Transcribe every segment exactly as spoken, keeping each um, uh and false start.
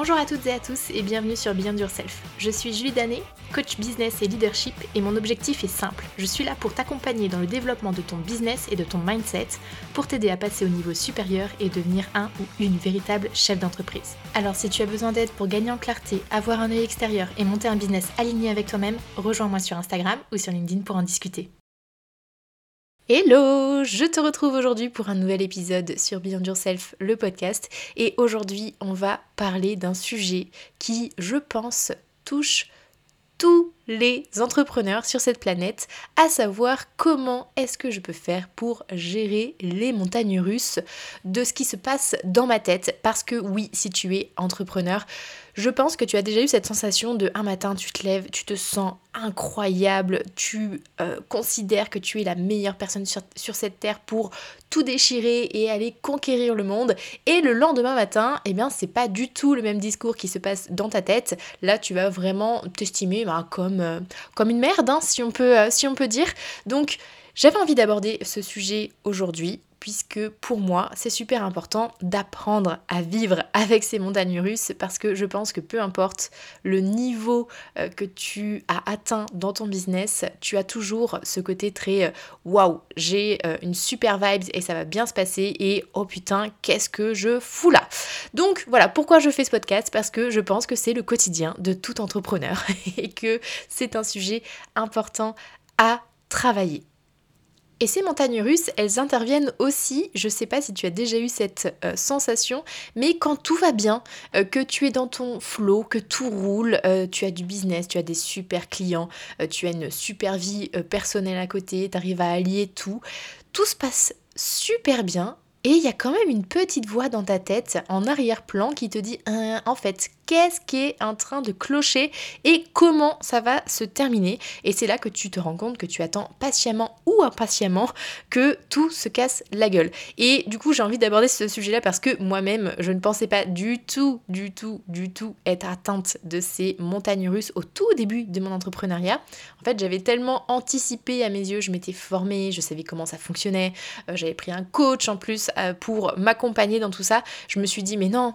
Bonjour à toutes et à tous et bienvenue sur Beyond Yourself. Je suis Julie Danet, coach business et leadership et mon objectif est simple. Je suis là pour t'accompagner dans le développement de ton business et de ton mindset pour t'aider à passer au niveau supérieur et devenir un ou une véritable chef d'entreprise. Alors si tu as besoin d'aide pour gagner en clarté, avoir un œil extérieur et monter un business aligné avec toi-même, rejoins-moi sur Instagram ou sur LinkedIn pour en discuter. Hello, je te retrouve aujourd'hui pour un nouvel épisode sur Beyond Yourself, le podcast. Et aujourd'hui, on va parler d'un sujet qui, je pense, touche tous les entrepreneurs sur cette planète, à savoir comment est-ce que je peux faire pour gérer les montagnes russes de ce qui se passe dans ma tête. Parce que oui, si tu es entrepreneur, je pense que tu as déjà eu cette sensation de un matin tu te lèves, tu te sens incroyable, tu euh, considères que tu es la meilleure personne sur, sur cette terre pour tout déchirer et aller conquérir le monde. Et le lendemain matin, eh bien c'est pas du tout le même discours qui se passe dans ta tête. Là tu vas vraiment t'estimer bah, comme, euh, comme une merde, hein, si on peut, euh, si on peut dire. Donc j'avais envie d'aborder ce sujet aujourd'hui, puisque pour moi, c'est super important d'apprendre à vivre avec ces montagnes russes, parce que je pense que peu importe le niveau euh, que tu as atteint dans ton business, tu as toujours ce côté très waouh, wow, j'ai euh, une super vibe et ça va bien se passer et oh putain, qu'est-ce que je fous là. Donc voilà, pourquoi je fais ce podcast, parce que je pense que c'est le quotidien de tout entrepreneur et que c'est un sujet important à travailler. Et ces montagnes russes, elles interviennent aussi, je sais pas si tu as déjà eu cette euh, sensation, mais quand tout va bien, euh, que tu es dans ton flow, que tout roule, euh, tu as du business, tu as des super clients, euh, tu as une super vie euh, personnelle à côté, tu arrives à allier tout, tout se passe super bien. Et il y a quand même une petite voix dans ta tête, en arrière-plan, qui te dit hein, en fait, qu'est-ce qui est en train de clocher et comment ça va se terminer. Et c'est là que tu te rends compte que tu attends patiemment ou impatiemment que tout se casse la gueule. Et du coup, j'ai envie d'aborder ce sujet-là parce que moi-même, je ne pensais pas du tout, du tout, du tout être atteinte de ces montagnes russes au tout début de mon entrepreneuriat. En fait, j'avais tellement anticipé à mes yeux, je m'étais formée, je savais comment ça fonctionnait, euh, j'avais pris un coach en plus pour m'accompagner dans tout ça. Je me suis dit mais non,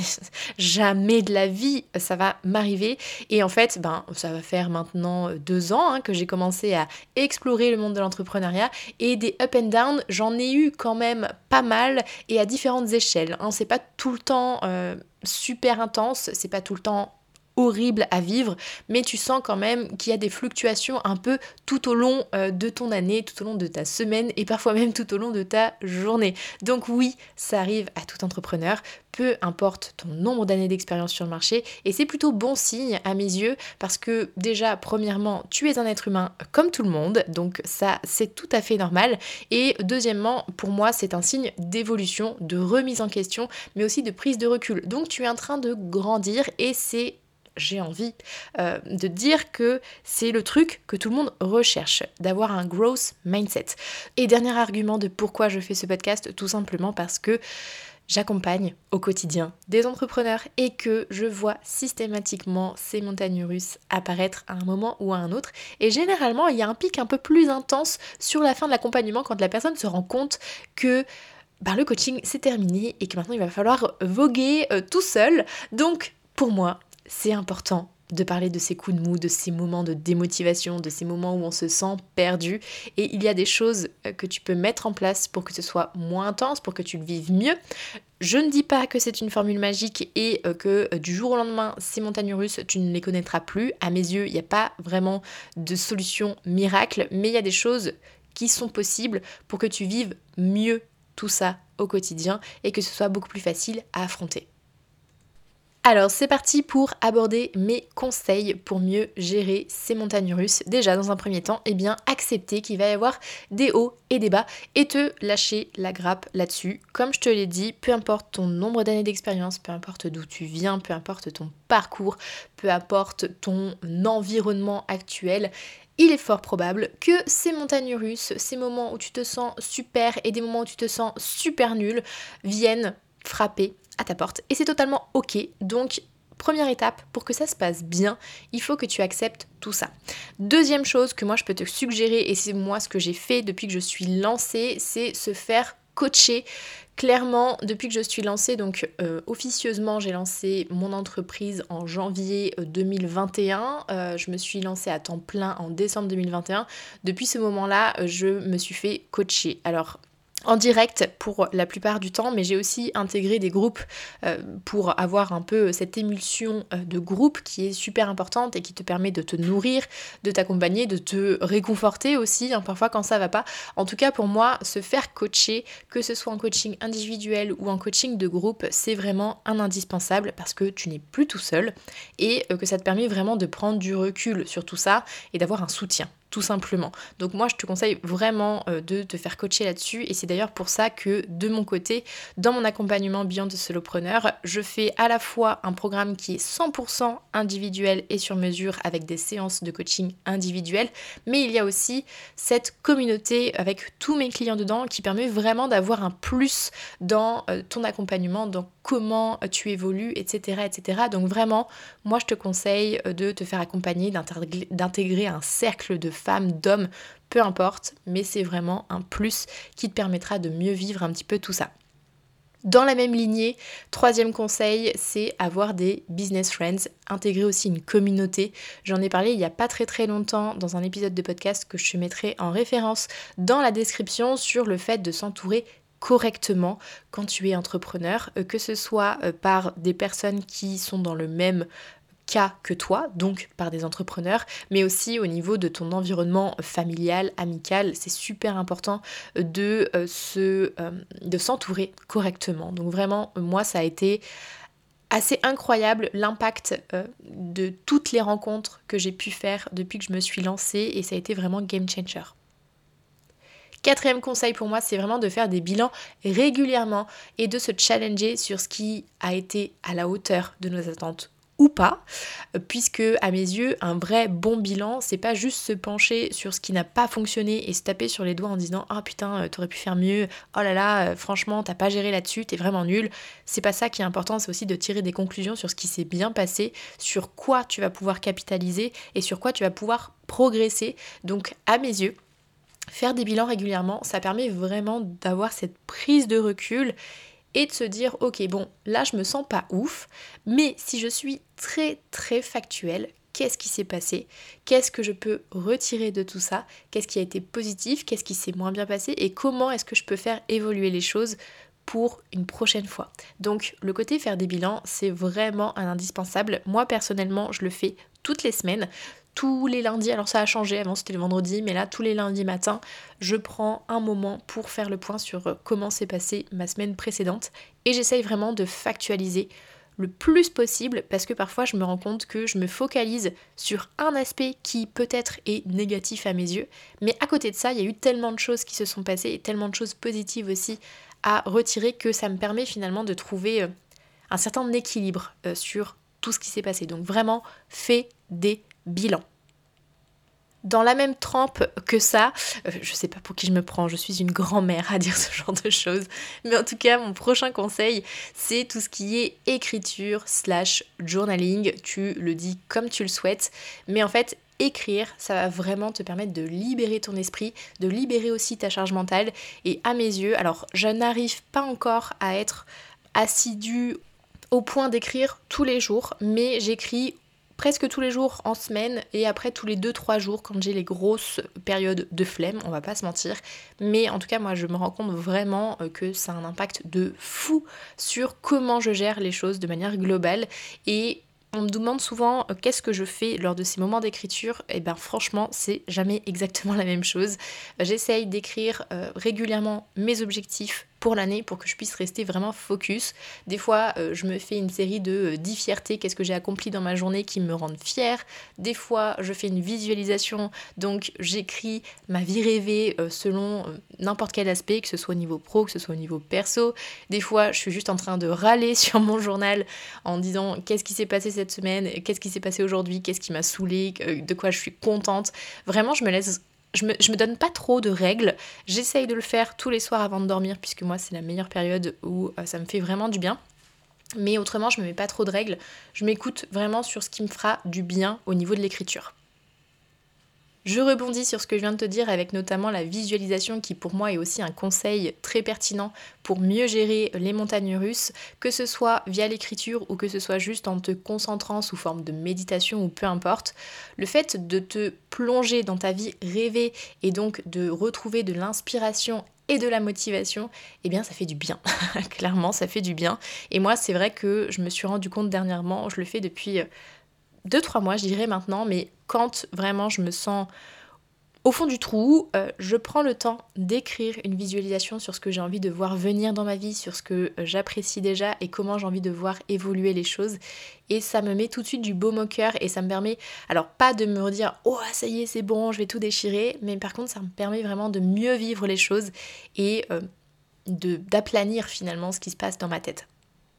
jamais de la vie ça va m'arriver. Et en fait, ben, ça va faire maintenant deux ans hein, que j'ai commencé à explorer le monde de l'entrepreneuriat, et des up and down, j'en ai eu quand même pas mal et à différentes échelles. Hein. C'est pas tout le temps euh, super intense, c'est pas tout le temps horrible à vivre, mais tu sens quand même qu'il y a des fluctuations un peu tout au long euh, de ton année, tout au long de ta semaine et parfois même tout au long de ta journée. Donc oui, ça arrive à tout entrepreneur, peu importe ton nombre d'années d'expérience sur le marché, et c'est plutôt bon signe à mes yeux parce que déjà, premièrement, tu es un être humain comme tout le monde, donc ça c'est tout à fait normal, et deuxièmement, pour moi c'est un signe d'évolution, de remise en question, mais aussi de prise de recul. Donc tu es en train de grandir et c'est j'ai envie euh, de dire que c'est le truc que tout le monde recherche, d'avoir un growth mindset. Et dernier argument de pourquoi je fais ce podcast, tout simplement parce que j'accompagne au quotidien des entrepreneurs et que je vois systématiquement ces montagnes russes apparaître à un moment ou à un autre. Et généralement, il y a un pic un peu plus intense sur la fin de l'accompagnement quand la personne se rend compte que ben, le coaching c'est terminé et que maintenant il va falloir voguer euh, tout seul. Donc pour moi, c'est important de parler de ces coups de mou, de ces moments de démotivation, de ces moments où on se sent perdu. Et il y a des choses que tu peux mettre en place pour que ce soit moins intense, pour que tu le vives mieux. Je ne dis pas que c'est une formule magique et que du jour au lendemain, ces montagnes russes, tu ne les connaîtras plus. À mes yeux, il n'y a pas vraiment de solution miracle, mais il y a des choses qui sont possibles pour que tu vives mieux tout ça au quotidien et que ce soit beaucoup plus facile à affronter. Alors c'est parti pour aborder mes conseils pour mieux gérer ces montagnes russes. Déjà dans un premier temps, eh bien accepter qu'il va y avoir des hauts et des bas et te lâcher la grappe là-dessus. Comme je te l'ai dit, peu importe ton nombre d'années d'expérience, peu importe d'où tu viens, peu importe ton parcours, peu importe ton environnement actuel, il est fort probable que ces montagnes russes, ces moments où tu te sens super et des moments où tu te sens super nul, viennent frapper à ta porte. Et c'est totalement ok. Donc, première étape, pour que ça se passe bien, il faut que tu acceptes tout ça. Deuxième chose que moi je peux te suggérer, et c'est moi ce que j'ai fait depuis que je suis lancée, c'est se faire coacher. Clairement, depuis que je suis lancée, donc euh, officieusement, j'ai lancé mon entreprise en janvier deux mille vingt et un. Euh, je me suis lancée à temps plein en décembre deux mille vingt et un. Depuis ce moment-là, je me suis fait coacher. Alors, en direct pour la plupart du temps, mais j'ai aussi intégré des groupes euh, pour avoir un peu cette émulsion euh, de groupe qui est super importante et qui te permet de te nourrir, de t'accompagner, de te réconforter aussi, hein, parfois quand ça va pas. En tout cas pour moi, se faire coacher, que ce soit en coaching individuel ou en coaching de groupe, c'est vraiment un indispensable parce que tu n'es plus tout seul et euh, que ça te permet vraiment de prendre du recul sur tout ça et d'avoir un soutien. Tout simplement. Donc moi je te conseille vraiment euh, de te faire coacher là-dessus et c'est d'ailleurs pour ça que de mon côté, dans mon accompagnement Beyond the Solopreneur, je fais à la fois un programme qui est cent pour cent individuel et sur mesure avec des séances de coaching individuelles, mais il y a aussi cette communauté avec tous mes clients dedans qui permet vraiment d'avoir un plus dans euh, ton accompagnement, dans comment tu évolues, et cetera, et cetera. Donc vraiment, moi je te conseille de te faire accompagner, d'intégrer, d'intégrer un cercle de femmes, d'hommes, peu importe, mais c'est vraiment un plus qui te permettra de mieux vivre un petit peu tout ça. Dans la même lignée, troisième conseil, c'est avoir des business friends, intégrer aussi une communauté. J'en ai parlé il n'y a pas très très longtemps dans un épisode de podcast que je te mettrai en référence dans la description sur le fait de s'entourer correctement quand tu es entrepreneur, que ce soit par des personnes qui sont dans le même cas que toi, donc par des entrepreneurs, mais aussi au niveau de ton environnement familial, amical, c'est super important de, euh, se, euh, de s'entourer correctement. Donc vraiment, moi, ça a été assez incroyable l'impact euh, de toutes les rencontres que j'ai pu faire depuis que je me suis lancée et ça a été vraiment game changer. Quatrième conseil pour moi, c'est vraiment de faire des bilans régulièrement et de se challenger sur ce qui a été à la hauteur de nos attentes ou pas, puisque à mes yeux, un vrai bon bilan, c'est pas juste se pencher sur ce qui n'a pas fonctionné et se taper sur les doigts en disant « Ah putain, t'aurais pu faire mieux, oh là là, franchement, t'as pas géré là-dessus, t'es vraiment nul ». C'est pas ça qui est important, c'est aussi de tirer des conclusions sur ce qui s'est bien passé, sur quoi tu vas pouvoir capitaliser et sur quoi tu vas pouvoir progresser. Donc à mes yeux, faire des bilans régulièrement, ça permet vraiment d'avoir cette prise de recul et de se dire ok bon là je me sens pas ouf, mais si je suis très très factuelle, qu'est-ce qui s'est passé, qu'est-ce que je peux retirer de tout ça, qu'est-ce qui a été positif, qu'est-ce qui s'est moins bien passé et comment est-ce que je peux faire évoluer les choses pour une prochaine fois. Donc le côté faire des bilans, c'est vraiment un indispensable. Moi personnellement je le fais toutes les semaines. Tous les lundis, alors ça a changé, avant c'était le vendredi, mais là tous les lundis matin, je prends un moment pour faire le point sur comment s'est passée ma semaine précédente et j'essaye vraiment de factualiser le plus possible parce que parfois je me rends compte que je me focalise sur un aspect qui peut-être est négatif à mes yeux, mais à côté de ça, il y a eu tellement de choses qui se sont passées et tellement de choses positives aussi à retirer que ça me permet finalement de trouver un certain équilibre sur tout ce qui s'est passé. Donc vraiment, fais des bilan. Dans la même trempe que ça, euh, je sais pas pour qui je me prends, je suis une grand-mère à dire ce genre de choses, mais en tout cas mon prochain conseil c'est tout ce qui est écriture slash journaling, tu le dis comme tu le souhaites, mais en fait écrire ça va vraiment te permettre de libérer ton esprit, de libérer aussi ta charge mentale et à mes yeux, alors je n'arrive pas encore à être assidue au point d'écrire tous les jours, mais j'écris presque tous les jours en semaine et après tous les deux trois jours quand j'ai les grosses périodes de flemme, on va pas se mentir. Mais en tout cas moi je me rends compte vraiment que ça a un impact de fou sur comment je gère les choses de manière globale et on me demande souvent euh, qu'est-ce que je fais lors de ces moments d'écriture. Et ben franchement, c'est jamais exactement la même chose. J'essaye d'écrire euh, régulièrement mes objectifs pour l'année pour que je puisse rester vraiment focus. Des fois, euh, je me fais une série de euh, dix fiertés, qu'est-ce que j'ai accompli dans ma journée qui me rendent fière. Des fois, je fais une visualisation, donc j'écris ma vie rêvée euh, selon euh, n'importe quel aspect, que ce soit au niveau pro, que ce soit au niveau perso. Des fois, je suis juste en train de râler sur mon journal en disant qu'est-ce qui s'est passé cette semaine, qu'est-ce qui s'est passé aujourd'hui, qu'est-ce qui m'a saoulée, de quoi je suis contente. Vraiment, je me laisse... Je me, je me donne pas trop de règles, j'essaye de le faire tous les soirs avant de dormir puisque moi c'est la meilleure période où euh, ça me fait vraiment du bien. Mais autrement je me mets pas trop de règles, je m'écoute vraiment sur ce qui me fera du bien au niveau de l'écriture. Je rebondis sur ce que je viens de te dire avec notamment la visualisation qui pour moi est aussi un conseil très pertinent pour mieux gérer les montagnes russes, que ce soit via l'écriture ou que ce soit juste en te concentrant sous forme de méditation ou peu importe. Le fait de te plonger dans ta vie rêvée et donc de retrouver de l'inspiration et de la motivation, eh bien ça fait du bien. Clairement, ça fait du bien. Et moi, c'est vrai que je me suis rendu compte dernièrement, je le fais depuis deux trois mois, je dirais maintenant, mais quand vraiment je me sens au fond du trou, euh, je prends le temps d'écrire une visualisation sur ce que j'ai envie de voir venir dans ma vie, sur ce que euh, j'apprécie déjà et comment j'ai envie de voir évoluer les choses. Et ça me met tout de suite du baume au cœur et ça me permet, alors pas de me redire « Oh, ça y est, c'est bon, je vais tout déchirer », mais par contre ça me permet vraiment de mieux vivre les choses et euh, de, d'aplanir finalement ce qui se passe dans ma tête.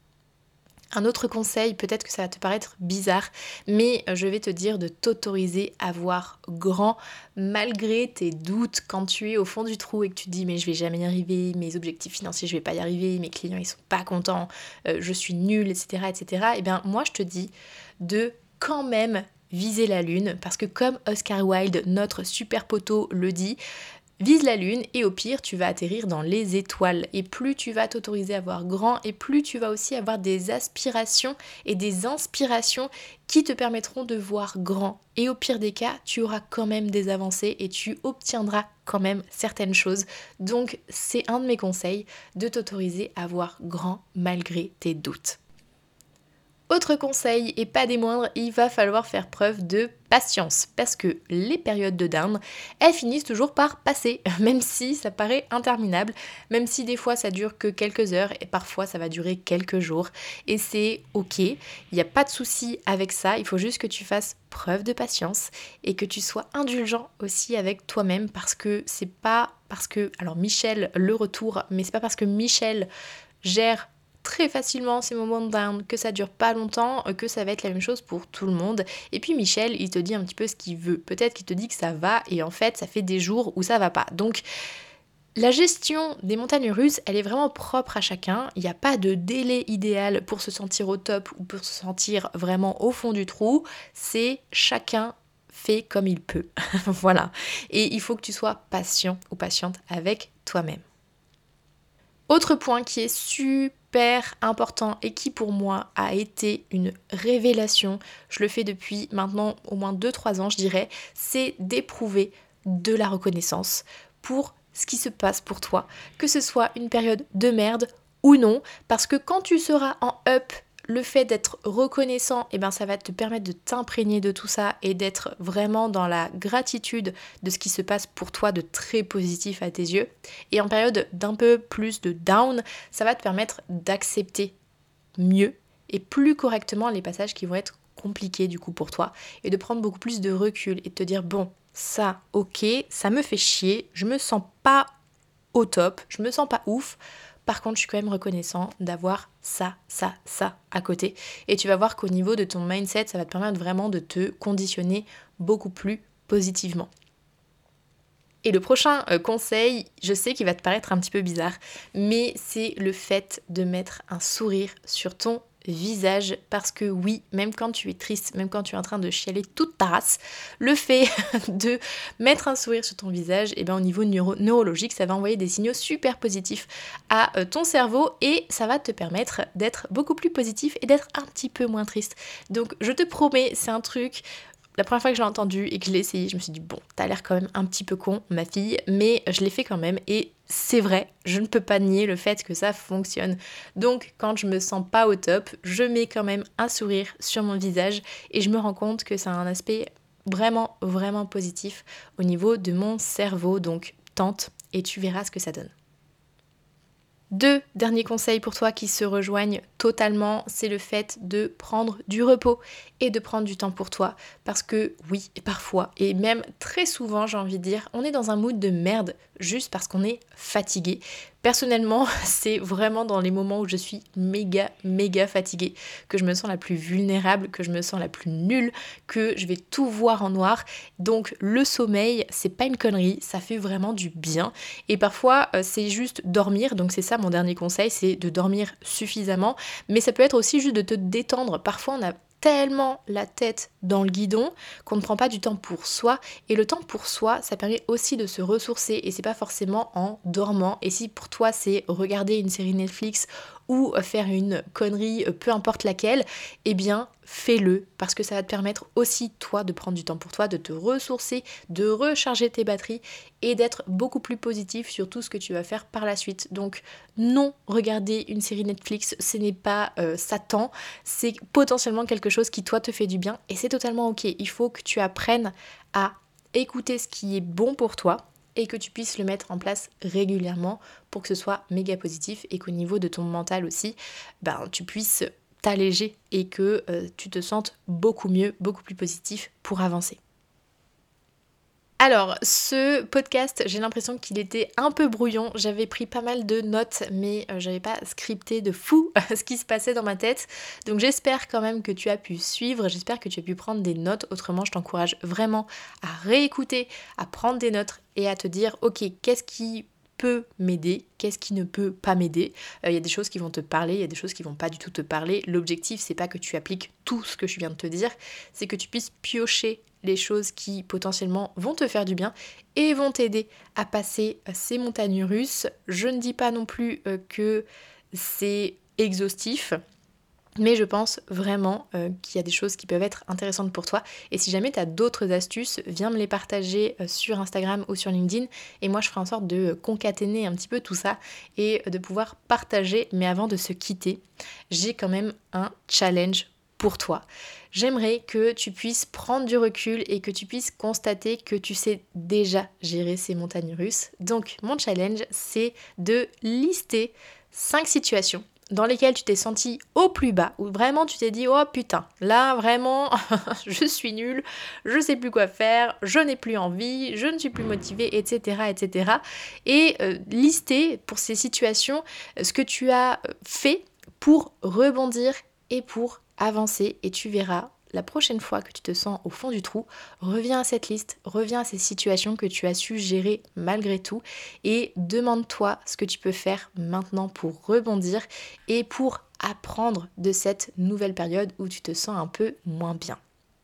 Un autre conseil, peut-être que ça va te paraître bizarre, mais je vais te dire de t'autoriser à voir grand malgré tes doutes quand tu es au fond du trou et que tu te dis mais je vais jamais y arriver, mes objectifs financiers je vais pas y arriver, mes clients ils sont pas contents, euh, je suis nulle, et cetera et cetera. Et bien moi je te dis de quand même viser la lune parce que comme Oscar Wilde, notre super poteau, le dit, vise la lune et au pire tu vas atterrir dans les étoiles et plus tu vas t'autoriser à voir grand et plus tu vas aussi avoir des aspirations et des inspirations qui te permettront de voir grand et au pire des cas tu auras quand même des avancées et tu obtiendras quand même certaines choses. Donc c'est un de mes conseils de t'autoriser à voir grand malgré tes doutes. Autre conseil, et pas des moindres, il va falloir faire preuve de patience parce que les périodes de down, elles finissent toujours par passer, même si ça paraît interminable, même si des fois ça dure que quelques heures et parfois ça va durer quelques jours. Et c'est ok, il n'y a pas de souci avec ça, il faut juste que tu fasses preuve de patience et que tu sois indulgent aussi avec toi-même parce que c'est pas parce que, alors Michel, le retour, mais c'est pas parce que Michel gère très facilement ces moments de down, que ça dure pas longtemps, que ça va être la même chose pour tout le monde. Et puis Michel, il te dit un petit peu ce qu'il veut. Peut-être qu'il te dit que ça va et en fait, ça fait des jours où ça va pas. Donc, la gestion des montagnes russes, elle est vraiment propre à chacun. Il n'y a pas de délai idéal pour se sentir au top ou pour se sentir vraiment au fond du trou. C'est chacun fait comme il peut. Voilà. Et il faut que tu sois patient ou patiente avec toi-même. Autre point qui est super important et qui pour moi a été une révélation, je le fais depuis maintenant au moins deux trois ans je dirais, c'est d'éprouver de la reconnaissance pour ce qui se passe pour toi, que ce soit une période de merde ou non, parce que quand tu seras en up, le fait d'être reconnaissant, eh ben, ça va te permettre de t'imprégner de tout ça et d'être vraiment dans la gratitude de ce qui se passe pour toi de très positif à tes yeux. Et en période d'un peu plus de down, ça va te permettre d'accepter mieux et plus correctement les passages qui vont être compliqués du coup pour toi et de prendre beaucoup plus de recul et de te dire bon, ça, ok, ça me fait chier, je me sens pas au top, je me sens pas ouf. Par contre, je suis quand même reconnaissant d'avoir ça, ça, ça à côté. Et tu vas voir qu'au niveau de ton mindset, ça va te permettre vraiment de te conditionner beaucoup plus positivement. Et le prochain euh, conseil, je sais qu'il va te paraître un petit peu bizarre, mais c'est le fait de mettre un sourire sur ton visage parce que oui, même quand tu es triste, même quand tu es en train de chialer toute ta race, le fait de mettre un sourire sur ton visage, et bien au niveau neuro- neurologique, ça va envoyer des signaux super positifs à euh, ton cerveau et ça va te permettre d'être beaucoup plus positif et d'être un petit peu moins triste. Donc je te promets, c'est un truc... La première fois que je l'ai entendu et que je l'ai essayé, je me suis dit bon, t'as l'air quand même un petit peu con, ma fille, mais je l'ai fait quand même et c'est vrai, je ne peux pas nier le fait que ça fonctionne. Donc quand je me sens pas au top, je mets quand même un sourire sur mon visage et je me rends compte que ça a un aspect vraiment, vraiment positif au niveau de mon cerveau. Donc tente et tu verras ce que ça donne. Deux derniers conseils pour toi qui se rejoignent totalement, c'est le fait de prendre du repos et de prendre du temps pour toi. Parce que oui, et parfois, et même très souvent j'ai envie de dire, on est dans un mood de merde juste parce qu'on est fatigué. Personnellement, c'est vraiment dans les moments où je suis méga, méga fatiguée que je me sens la plus vulnérable, que je me sens la plus nulle, que je vais tout voir en noir. Donc le sommeil, c'est pas une connerie, ça fait vraiment du bien. Et parfois, c'est juste dormir, donc c'est ça mon dernier conseil, c'est de dormir suffisamment. Mais ça peut être aussi juste de te détendre. Parfois, on a tellement la tête dans le guidon, qu'on ne prend pas du temps pour soi. Et le temps pour soi, ça permet aussi de se ressourcer et c'est pas forcément en dormant. Et si pour toi c'est regarder une série Netflix ou faire une connerie, peu importe laquelle, eh bien fais-le parce que ça va te permettre aussi toi de prendre du temps pour toi, de te ressourcer, de recharger tes batteries et d'être beaucoup plus positif sur tout ce que tu vas faire par la suite. Donc non, regarder une série Netflix, ce n'est pas euh, Satan, c'est potentiellement quelque chose qui toi te fait du bien et c'est totalement ok. Il faut que tu apprennes à écouter ce qui est bon pour toi et que tu puisses le mettre en place régulièrement pour que ce soit méga positif et qu'au niveau de ton mental aussi, ben, tu puisses t'alléger et que euh, tu te sentes beaucoup mieux, beaucoup plus positif pour avancer. Alors, ce podcast, j'ai l'impression qu'il était un peu brouillon. J'avais pris pas mal de notes, mais euh, j'avais pas scripté de fou ce qui se passait dans ma tête. Donc j'espère quand même que tu as pu suivre, j'espère que tu as pu prendre des notes. Autrement, je t'encourage vraiment à réécouter, à prendre des notes et à te dire, ok, qu'est-ce qui peut m'aider, qu'est-ce qui ne peut pas m'aider. Il euh, y a des choses qui vont te parler, il y a des choses qui vont pas du tout te parler. L'objectif, c'est pas que tu appliques tout ce que je viens de te dire, c'est que tu puisses piocher les choses qui potentiellement vont te faire du bien et vont t'aider à passer ces montagnes russes. Je ne dis pas non plus euh, que c'est exhaustif, mais je pense vraiment euh, qu'il y a des choses qui peuvent être intéressantes pour toi. Et si jamais tu as d'autres astuces, viens me les partager euh, sur Instagram ou sur LinkedIn. Et moi, je ferai en sorte de concaténer un petit peu tout ça et de pouvoir partager. Mais avant de se quitter, j'ai quand même un challenge pour toi. J'aimerais que tu puisses prendre du recul et que tu puisses constater que tu sais déjà gérer ces montagnes russes. Donc, mon challenge, c'est de lister cinq situations dans lesquelles tu t'es senti au plus bas, où vraiment tu t'es dit « Oh putain, là vraiment, je suis nulle, je sais plus quoi faire, je n'ai plus envie, je ne suis plus motivée, et cetera et cetera » Et euh, lister pour ces situations ce que tu as fait pour rebondir et pour avancer. Et tu verras, la prochaine fois que tu te sens au fond du trou, reviens à cette liste, reviens à ces situations que tu as su gérer malgré tout et demande-toi ce que tu peux faire maintenant pour rebondir et pour apprendre de cette nouvelle période où tu te sens un peu moins bien.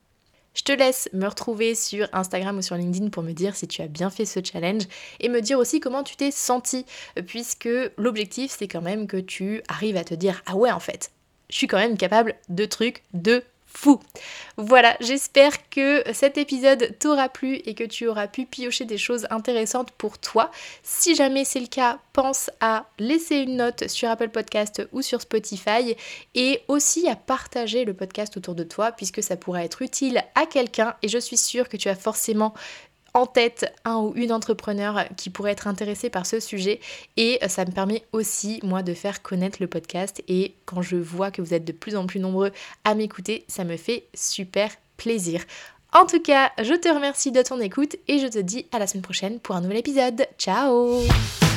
Je te laisse me retrouver sur Instagram ou sur LinkedIn pour me dire si tu as bien fait ce challenge et me dire aussi comment tu t'es senti, puisque l'objectif c'est quand même que tu arrives à te dire « Ah ouais en fait, je suis quand même capable de trucs de fou !» Voilà, j'espère que cet épisode t'aura plu et que tu auras pu piocher des choses intéressantes pour toi. Si jamais c'est le cas, pense à laisser une note sur Apple Podcast ou sur Spotify et aussi à partager le podcast autour de toi puisque ça pourra être utile à quelqu'un et je suis sûre que tu as forcément en tête un ou une entrepreneur qui pourrait être intéressé par ce sujet et ça me permet aussi moi de faire connaître le podcast et quand je vois que vous êtes de plus en plus nombreux à m'écouter, ça me fait super plaisir. En tout cas, je te remercie de ton écoute et je te dis à la semaine prochaine pour un nouvel épisode. Ciao!